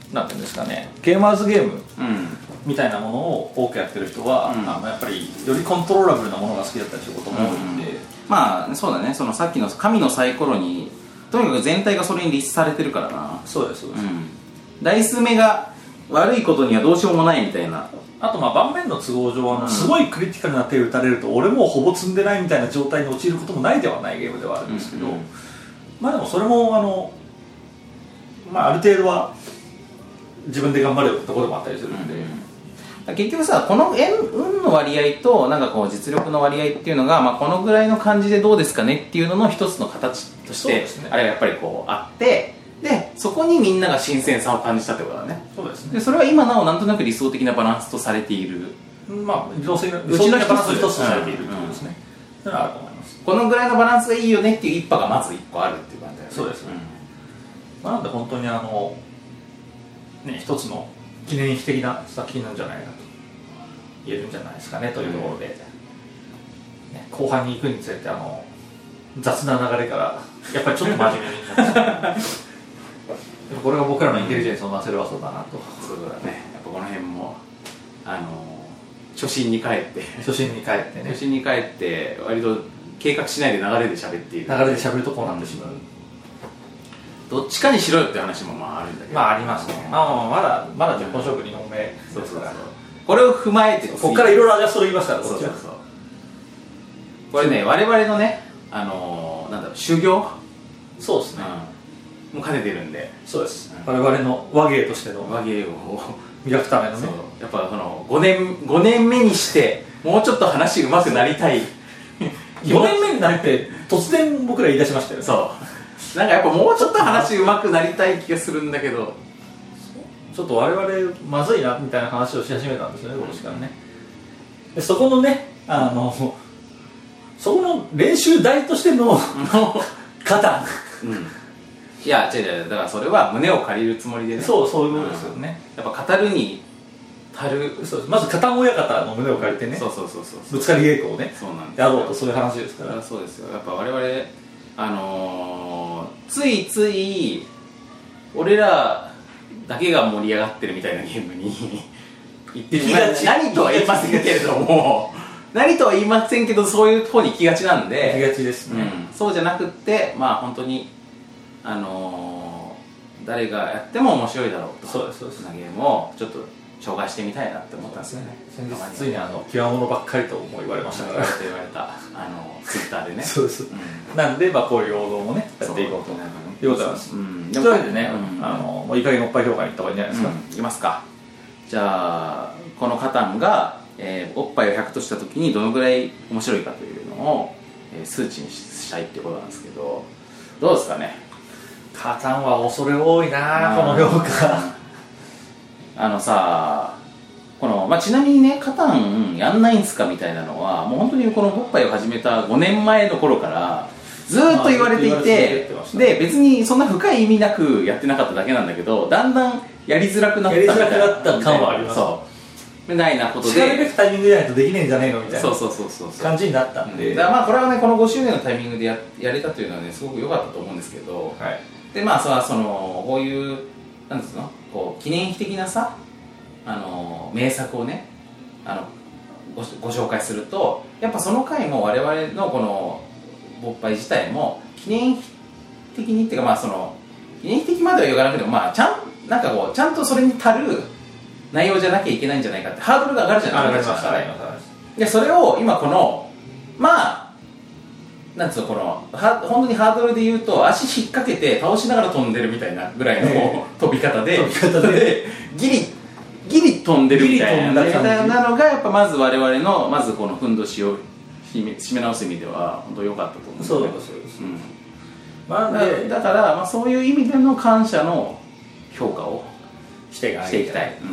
なんていうんですかね、ゲーマーズゲームうんみたいなものを多くやってる人は、 うんあのやっぱりよりコントローラブルなものが好きだったりすることも多いんで、 うんまあそうだね、そのさっきの神のサイコロにとにかく全体がそれに立されてるからな。 そうですそうです、 うんダイス目が悪いことにはどうしようもないみたいな。 あとまあ盤面の都合上は、 うんすごいクリティカルな手を打たれると俺もうほぼ積んでないみたいな状態に陥ることもないではないゲームではあるんですけど、 うんうんまあでもそれもあの、まあ、ある程度は自分で頑張れるところもあったりするんで、 うん、結局さこの円運の割合となんかこう実力の割合っていうのが、まあ、このぐらいの感じでどうですかねっていうのの一つの形として、ね、あれがやっぱりこうあって、でそこにみんなが新鮮さを感じたってことだね。 そうですね。 でそれは今なおなんとなく理想的なバランスとされている、 まあ理想的なうちのバランス一つ一つとされているってことですね。それはあると思います。 このぐらいのバランスがいいよねっていう一派がまず一個あるっていう感じだよね。 そうですね、まあ、なので本当にあのね一つの記念碑的な作品なんじゃないかと言えるんじゃないですかねというところで、ね、後半に行くにつれてあの雑な流れからやっぱりちょっと真面目になっちゃうでもこれが僕らのインテリジェンスをなせる技だなと。 そうだね、やっぱこの辺もあの初心に帰って初心に帰ってね、 初心に帰って割と計画しないで流れで喋っている、 流れで喋るとこうなってしまう、 どっちかにしろよって話もまああるんだけど、 まあありますね、まあ、まあまだまだじゅっぽん勝負にほんめそうそうそう、これを踏まえてここからいろいろアジャストで言いますから、こっちは。 そうそうそう、これね我々のねあのー、なんだろう修行、 そうですね、 うん、もう兼ねてるんで、 そうです、 うん、 我々の和芸としての和芸を磨くためのね、 そうやっぱそのごねんごねんめにしてもうちょっと話うまくなりたいごねんめになって突然僕ら言い出しましたよね。 そうなんかやっぱもうちょっと話うまくなりたい気がするんだけど、 ちょっと我々まずいなみたいな話をし始めたんですよね、今年からね。でそこのね、あのそこの練習台としての肩、 うん、いや違う違う、だからそれは胸を借りるつもりでね、 そうそういうことですよね、 うん、やっぱ語るに足る、 そうです、まず片親方の胸を借りてね、 そうそうそうそう、 ぶつかり稽古をねそうなんですやろうと、そういう話ですから。 そうですよ、やっぱ我々あのー、ついつい俺らだけが盛り上がってるみたいなゲームに行ってきがち、何とは言いませんけれども何とは言いませんけどそういう方に行きがちなんで、 行きがちですね、 うん、そうじゃなくってまあ本当にあのー、誰がやっても面白いだろうと、 そうですそうです、 なゲームをちょっと紹介してみたいなって思ったんですよね。 先日ついにあの極物ばっかりとも言われましたから、 言われた言われたあのツイッターでねそうです、 うん、 なんでまあこういう王道もねやっていこうということなんです。 うん、 というわけでね、 うん、 あのもういい加減おっぱい評価に行った方がいいんじゃないですか、 うん、いきますか。じゃあこのカタンが、えー、おっぱいをひゃくとした時にどのぐらい面白いかというのを、えー、数値にしたいってことなんですけど、どうですかね。 カタンは恐れ多いな、この評価あのさこの、まあ、ちなみにねカタンやんないんすかみたいなのはもう本当にこのおっぱいを始めたごねんまえの頃からずーっと言われていて、で別にそんな深い意味なくやってなかっただけなんだけど、だんだんやりづらくなったみたいな、 やりづらくなった感はあります。 そうみたいなことで知られるべきタイミングじゃないとできねえんじゃねえのみたいなそうそうそうそう感じになったんで、 だからまあこれはねこのごしゅうねんのタイミングで や, やれたというのはねすごく良かったと思うんですけど、 はい、 でまあそれはそのこういうなんですのこう記念碑的なさあの名作をねあの ご, ご紹介すると、やっぱその回も我々のこの勃発自体も記念碑的にっていうか、まあその記念碑的までは言わなくても、まあちゃんなんかこうちゃんとそれに足る内容じゃなきゃいけないんじゃないかってハードルが上がるじゃないですか。でそれを今このまあなんつうのこのは本当にハードルで言うと足引っ掛けて倒しながら飛んでるみたいなぐらいの、えー、飛び方で飛び方でギリギリ飛んでるみたいなみたいなのがやっぱまず我々のまずこのふんどしを締め直す意味では本当良かったと思うんですよね。 そうですそうです、 うんまあ、 だ, だから、まあ、そういう意味での感謝の評価をしていしていきたい、うん、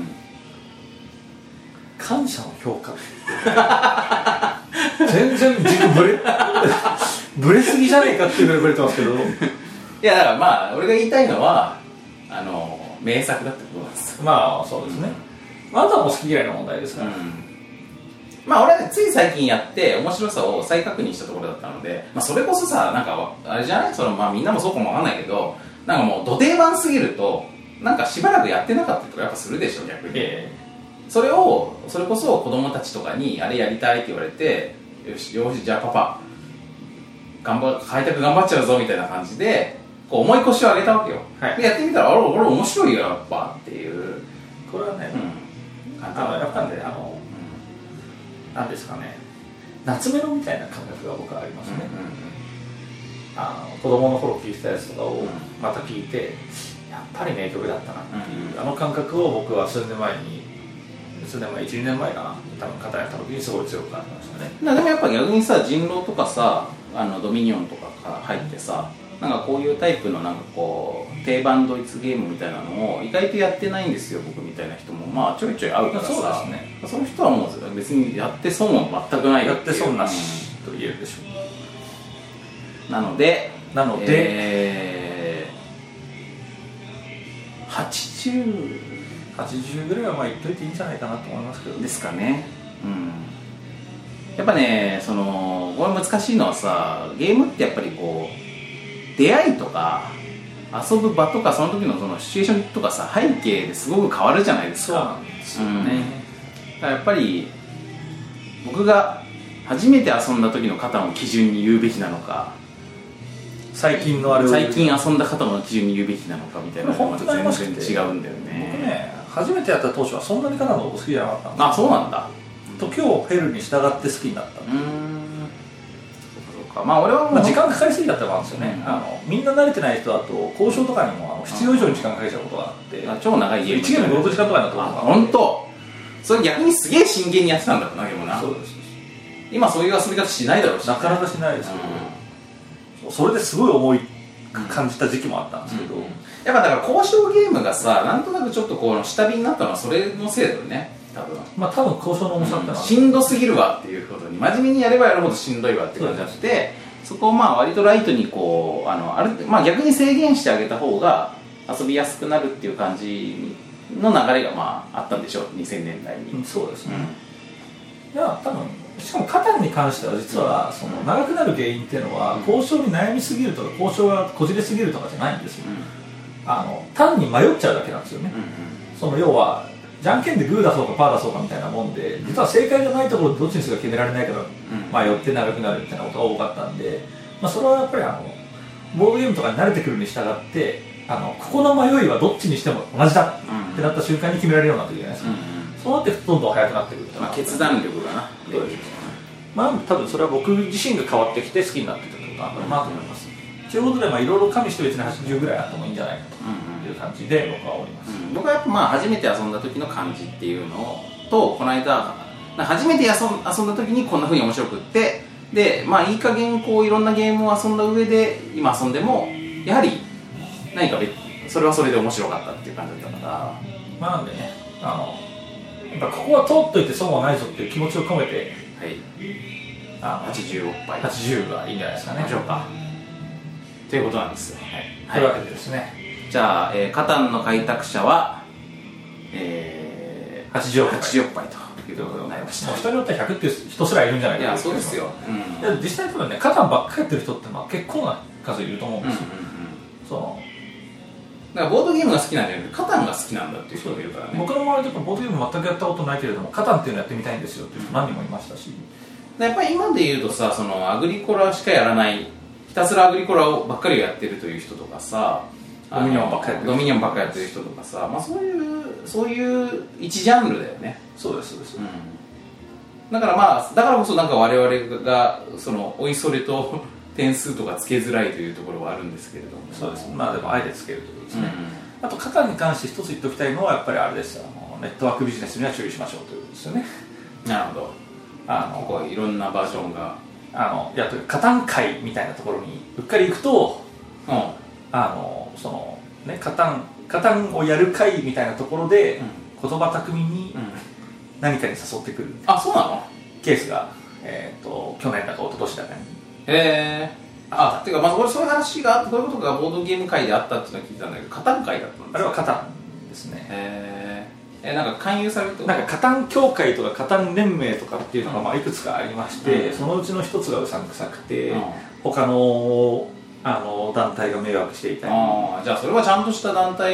感謝の評価全然軸ブレブレすぎじゃねえかっていうぐらいブレてますけどいやだからまあ俺が言いたいのはあの名作だってことなんです。 まあそうですね、うん、あとはもう好き嫌いの問題ですから、うん、 まあ俺はねつい最近やって面白さを再確認したところだったので、まあ、それこそさなんかあれじゃないその、まあ、みんなもそうかもわかんないけどなんかもうど定番すぎるとなんかしばらくやってなかったりとかやっぱするでしょ逆に、 えそれをそれこそ子供たちとかにあれやりたいって言われて、よしよしじゃあパパ頑張開拓頑張っちゃうぞみたいな感じでこう重い腰を上げたわけよ、はい、でやってみたらあれこれ面白いよやっぱっていう、 これはね、うん、感じあのやっぱりねあの、うん、なんですかね夏メロみたいな感覚が僕はありますね、うんうんうん、あの子供の頃聴いてたやつとかをまた聴いて、うん、やっぱり名曲だったなっていう、うん、あの感覚を僕は数年前に数年前いち、にねんまえかな多分語られた時にすごい強く感じましたね。 でもやっぱ逆にさ人狼とかさあのドミニオンとかから入ってさなんかこういうタイプのなんかこう定番ドイツゲームみたいなのを意外とやってないんですよ僕みたいな人もまあちょいちょい会うからさ、 そうですね、 その人はもう別にやって損は全くないやって損なしと言えるでしょう。なのでなので、 えー、はちじゅうはちじゅうぐらいはまあ言っといていいんじゃないかなと思いますけどですかね、うん、やっぱねそのこれ難しいのはさゲームってやっぱりこう出会いとか遊ぶ場とかその時のそのシチュエーションとかさ背景ですごく変わるじゃないですか。 そうなんですよね、うん、 だからやっぱり僕が初めて遊んだ時のカタンを基準に言うべきなのか最近のあれを最近遊んだカタンを基準に言うべきなのかみたいなのが全然違うんだよね。 僕ね初めてやった当初はそんなにカタンのこと好きじゃなかったんです。 あ、そうなんだ。 時を経るに従って好きになった。うーん、 そうか。まあ俺はもう、 まあ、時間かかりすぎだったのもあるんですよね、うん、あのみんな慣れてない人だと交渉とかにもあの必要以上に時間かけちゃうことがあって、 あ超長いゲームいちゲームご、ろくじかんとかになったことがあって。 本当。それ逆にすげえ真剣にやってたんだろうなでもな。 そうです。 今そういう遊び方しないだろうし、 なかなかしないですけど、うん、それですごい重い感じた時期もあったんですけど、うんうん、 やっぱだから交渉ゲームがさなんとなくちょっとこう下火になったのはそれのせいだよね多分。 まあ多分交渉の重さってのは、 うん、しんどすぎるわっていうことに真面目にやればやるほどしんどいわって感じがあって、そこをまあ割とライトにこうあのある、まあ、逆に制限してあげた方が遊びやすくなるっていう感じの流れがまああったんでしょうにせんねんだいに、 うん、そうですね、うん、いや多分しかもカタンに関しては実はその長くなる原因っていうのは交渉に悩みすぎるとか交渉がこじれすぎるとかじゃないんですよ、うん、あの単に迷っちゃうだけなんですよね、うんうん、その要はじゃんけんでグー出そうかパー出そうかみたいなもんで実は正解がないところでどっちにするか決められないから迷って長くなるみたいなことが多かったんで、まあ、それはやっぱりあのボードゲームとかに慣れてくるに従ってあのここの迷いはどっちにしても同じだってなった瞬間に決められるようになってくるじゃないですか、うんうん、そうなっていくとどんどん速くなってくる、 まあ、決断力がなまあ多分それは僕自身が変わってきて好きになっていったことなんだろうなと思います、うん、ということでいろいろ加味して別にはちじゅうぐらいあってもいいんじゃないかという感じで僕はおります、 うん、僕はやっぱまあ初めて遊んだ時の感じっていうのとこの間初めて遊んだ時にこんな風に面白くってでまあいい加減こういろんなゲームを遊んだ上で今遊んでもやはり何か別それはそれで面白かったっていう感じだったからまあなんでねあのやっぱここは通っといて損はないぞっていう気持ちを込めてはい、 あのはちじゅうおっぱいはちじゅうがいいんじゃないですかね。 ましょうかということなんですよ、 はい、というわけでですねじゃあ、えー、カタンの開拓者は、えー、 はちじゅうおっぱいということになりました。 もう人によってはひゃくっていう人すらいるんじゃないかな。 いやそうですよ、 うん、実際多分ねカタンばっかりやってる人ってまあ結構な数いると思うんですよ、うんうんうん、そのだからボードゲームが好きなんじゃなくてカタンが好きなんだっていう人がいるからね。 僕の周りでボードゲーム全くやったことないけれどもカタンっていうのやってみたいんですよっていう人何人もいましたし、 やっぱり今で言うとさそのアグリコラしかやらないひたすらアグリコラをばっかりやってるという人とかさドミニオンばっかりやってるドミニオンばっかりやってる人とかさ、まあ、そういうそういう一ジャンルだよね。 そうですそうです、うん、 だからまあだからこそなんか我々がそのおいそれと点数とかつけづらいというところはあるんですけれども、 そうです、まあでもあえてつけるということですね、うん、あとカタンに関して一つ言っておきたいのはやっぱりあれですよ、あのネットワークビジネスには注意しましょうということですよね。 なるほど。 あの結構いろんなバージョンがあのいやというカタン会みたいなところにうっかり行くと、うん、あのそのねカタンカタンをやる会みたいなところで、うん、言葉巧みに何かに誘ってくる、うん、 あそうなのケースが、えー、と去年だか一昨年だかにへえあっていうかまずこれそういう話があってこういうことがボードゲーム会であったっていうのを聞いたんだけどカタン会だったんですか。 あれはカタンですね。 へえなんか勧誘されるとなんかカタン協会とかカタン連盟とかっていうのがまあいくつかありまして、うん、そのうちの一つがうさんくさくて、うん、他のあの団体が迷惑していたり。 あじゃあそれはちゃんとした団体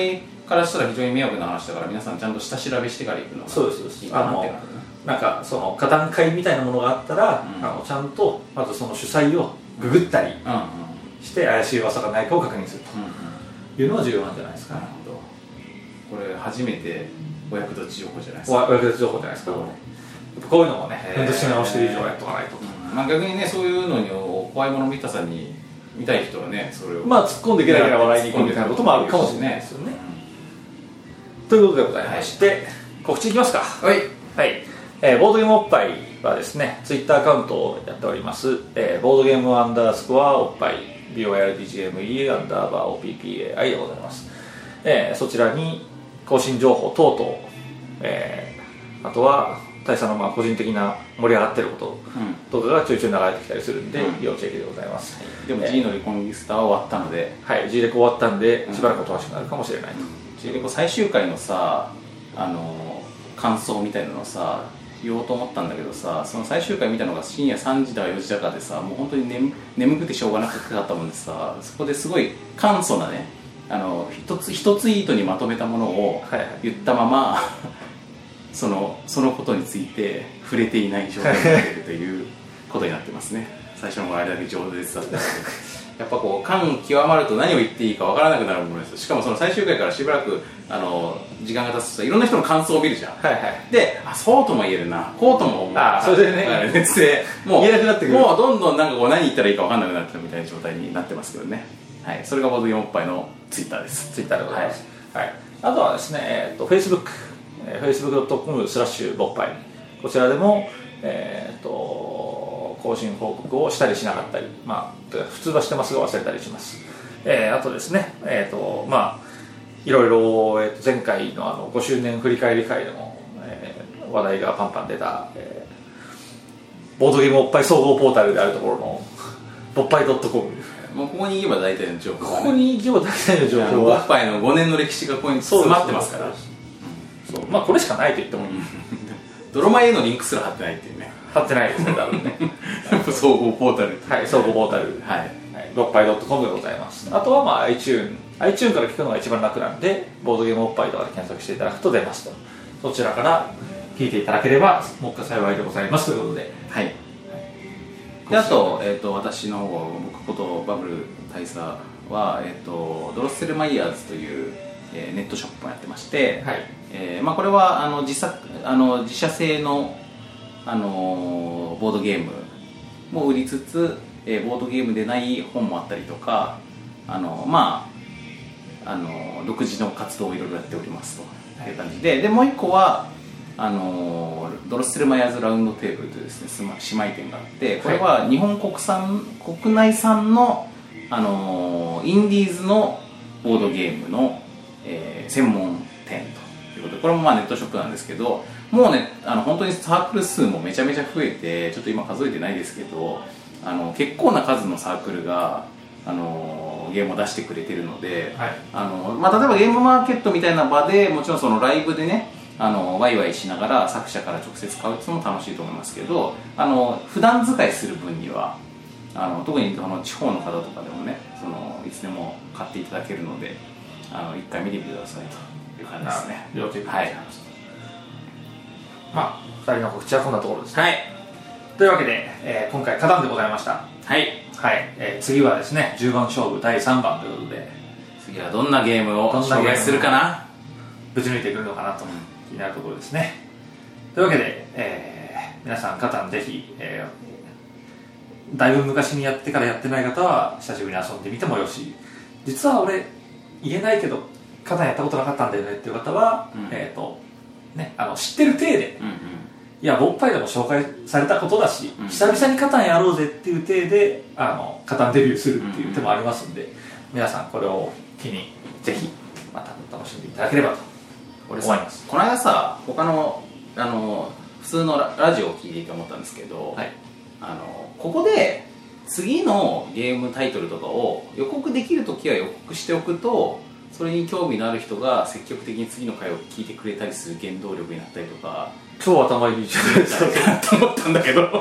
からしたら非常に迷惑な話だから、皆さんちゃんと下調べしてから行くのがそうですそうですいいかなって感じ。 なんかその座談会みたいなものがあったら、 うん、 あのちゃんとまずその主催をググったりして怪しい噂がないかを確認するというのが重要なんじゃないですか。 なるほど。これ初めてお役立ち情報じゃないですか。 お役立ち情報じゃないですか。こういうのもね、ふんどし直してる以上やっとかないと、 うん、まあ、逆にね、そういうのに怖いもの見たさに見たい人はね、それをまあ突っ込んでいけないから笑いに行くみたいなこともあるかもしれないですよね、うん、ということでございまして、はい、告知いきますか。 はい、 はいえー、ボードゲームおっぱいはですね、ツイッターアカウントをやっております、えー、ボードゲームアンダースコアおっぱい ビーオーアールディージーエムイー アンダーバー オーピーピーエーアイ でございます、えー、そちらに更新情報等々、えー、あとは大佐のまあ個人的な盛り上がってることとかがちょいちょい流れてきたりするんで、うん、要チェックでございます、はい、 でも G のリコンギスタは終わったので、 はい G レコ終わったんでしばらくおとなしくなるかもしれないと、うん、 G レコ最終回のさ、あの感想みたいなのさ言おうと思ったんだけどさ、その最終回見たのが深夜さんじだかよじだかでさ、もう本当に 眠, 眠くてしょうがなかったもんでさ、そこですごい簡素なね、あの一つ一ツイートにまとめたものを言ったまま、はいはい、そのそのことについて触れていない状態になっているということになってますね。最初のあれだけ上手だったんですけどやっぱこう感極まると何を言っていいかわからなくなるものです。しかもその最終回からしばらくあの時間が経つといろんな人の感想を見るじゃん、はいはい、で、あ、そうとも言えるな、こうとも思う、 あそれでね熱でもう言えなくなってくる、 もうどんどんなんかこう何言ったらいいかわかんなくなってるみたいな状態になってますけどね。はい、それがボードゲームおっぱいのツイッターです。 ツイッターでございます、はいはい、あとはですね、えー、と Facebook、えー、フェイスブックドットコム スラッシュぼっぱい、こちらでも、えー、と更新報告をしたりしなかったり、まあ、普通はしてますが忘れたりします、えー、あとですね、えーとまあ、いろいろ、えー、と前回 の, あのごしゅうねん振り返り会でも、えー、話題がパンパン出た、えー、ボードゲームおっぱい総合ポータルであるところのぼっぱい .com、 もうここに行けば大体の情報、ね、 ここに行けば大体の情報はおっぱいのごねんの歴史がここに詰まってますから、 そう、まあ、これしかないと言ってもいい泥米へのリンクすら貼ってないっていうね。 貼ってないですね、多分ね総合ポータル、 はい、総合ポータル、はい、ぼっぱい .com でございます。あとは、まあ、iTunes iTunes から聞くのが一番楽なんで、ボードゲームおっぱいとかで検索していただくと出ますと、そちらから聞いていただければもう幸いでございますということで、はい、 であと、えー、と私の方、僕ことバブル大佐は、えー、とドロッセルマイヤーズという、えー、ネットショップをやってまして、はい、えーまあ、これはあの 自, 作あの自社製の、あのー、ボードゲームも売りつつ、えー、ボードゲームでない本もあったりとか、あのまああの独自の活動をいろいろやっておりますという感じで、でもう一個はあのドロッセルマイヤーズラウンドテーブルというですね、姉妹店があって、これは日本国産、国内産の、あのインディーズのボードゲームの、えー、専門店ということで、これもまあネットショップなんですけど、もうね、あの本当にサークル数もめちゃめちゃ増えて、ちょっと今数えてないですけど、あの結構な数のサークルがあのゲームを出してくれてるので、はい、あのまあ、例えばゲームマーケットみたいな場でもちろんそのライブでね、あのワイワイしながら作者から直接買うっていうのも楽しいと思いますけど、あの普段使いする分にはあの特にその地方の方とかでもね、そのいつでも買っていただけるので、あの一回見てみてくださいという感じですね。 了解でございます。まあふたりの告知はこんなところです、ね、はい、というわけで、えー、今回カタンでございました。はい、はい、えー、次はですねじゅうばん勝負だいさんばんということで、 次はどんなゲームを紹介するかな、 ぶち抜いてくるのかなと気になるところですね。というわけで、えー、皆さんカタンぜひ、えー、だいぶ昔にやってからやってない方は久しぶりに遊んでみてもよし、実は俺言えないけどカタンやったことなかったんだよねっていう方は、うん、えーとね、あの知ってる体で、うんうん、いやボッパイでも紹介されたことだし、うん、久々にカタンやろうぜっていう体であのカタンデビューするっていう手もありますんで、うんうん、皆さんこれを機にぜひまた楽しんでいただければと思います。 この間さ、他のあの普通の ラ, ラジオを聞いていて思ったんですけど、はい、あのここで次のゲームタイトルとかを予告できるときは予告しておくと、それに興味のある人が積極的に次の回を聞いてくれたりする原動力になったりとか、 超頭いいじゃないですかと思ったんだけど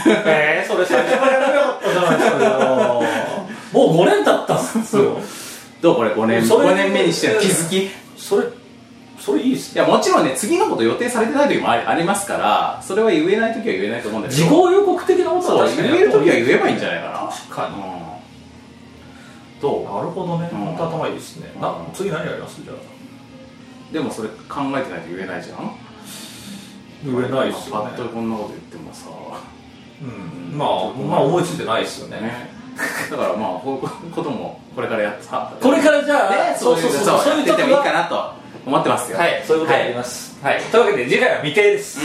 えー、それ最初からやればよかったじゃないですかもうごねん経ったんですよどうこれごねんごねんめにしての気づき。 それそれいいっすね。 いやもちろんね次のこと予定されてない時もあり、ありますから、それは言えない時は言えないと思うんだけど、 事後予告的なことは確かに言える時は言えばいいんじゃないかな。 確かに、うん、 どうなるほどね、 うん、 本当頭いいですね、うん、な次何やりますじゃあ。 でもそれ考えてないと言えないじゃん。 言えないっすよね。 パッとこんなこと言ってもさ、 うん、まあまあ思いついてないっすよね。ねだからまあこういうこともこれからやってさ、 これからじゃあ、ね、 そうそうそうそうそういうやってもいいかなと思ってますよ。 はい、そういうことやります。はい、はい、というわけで次回は未定です。うん、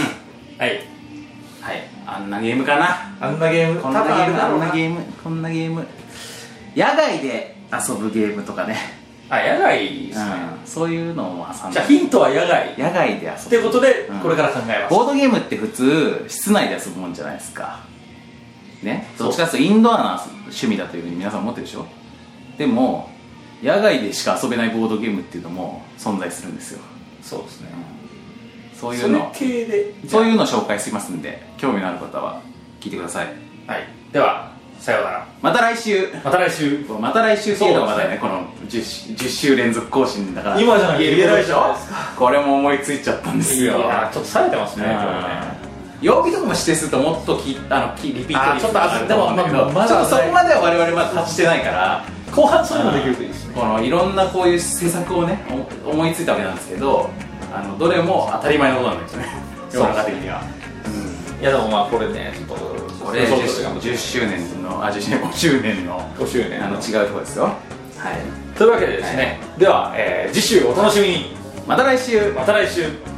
はいはい、あんなゲームかな。 あんなゲーム、 こんなゲーム、あんなゲーム、こんなゲーム。野外で遊ぶゲームとかね。 あ、野外ですね、 うん、そういうのも挟んで。 じゃあヒントは野外。 野外で遊ぶ。 っていうことで、うん、これから考えます。 ボードゲームって普通室内で遊ぶもんじゃないですか。ね。どっちかというとインドアな趣味だというふうに皆さん思ってるでしょ。でも野外でしか遊べないボードゲームっていうのも存在するんですよ。 そうですね。 そういうの、 それ系でそういうのを紹介しますんで、興味のある方は聞いてください。 はい。ではさようなら。 また来週。 また来週。 また来週っていうのはまだね、この 10, じゅっ週連続更新だから。 今じゃなきゃ言えないでしょ。 これも思いついちゃったんですよ。 いやちょっと冴えてますね。 曜日とかも指定するともっときあのリピートちょっとあると思うんだけど、 まだそこまでは我々まだ達してないから、 後半そういうのできるといいですね。 このいろんなこういう施策をね思いついたわけなんですけど、あのどれも当たり前のことなんですよね。世の中的には。 いやでもまあこれねちょっとこれじゅっしゅうねんのあじゅうごしゅうねんのごしゅうねんあの違うところですよ。はい。 というわけでですね、では、えー、次週お楽しみに。 また来週。 また来週。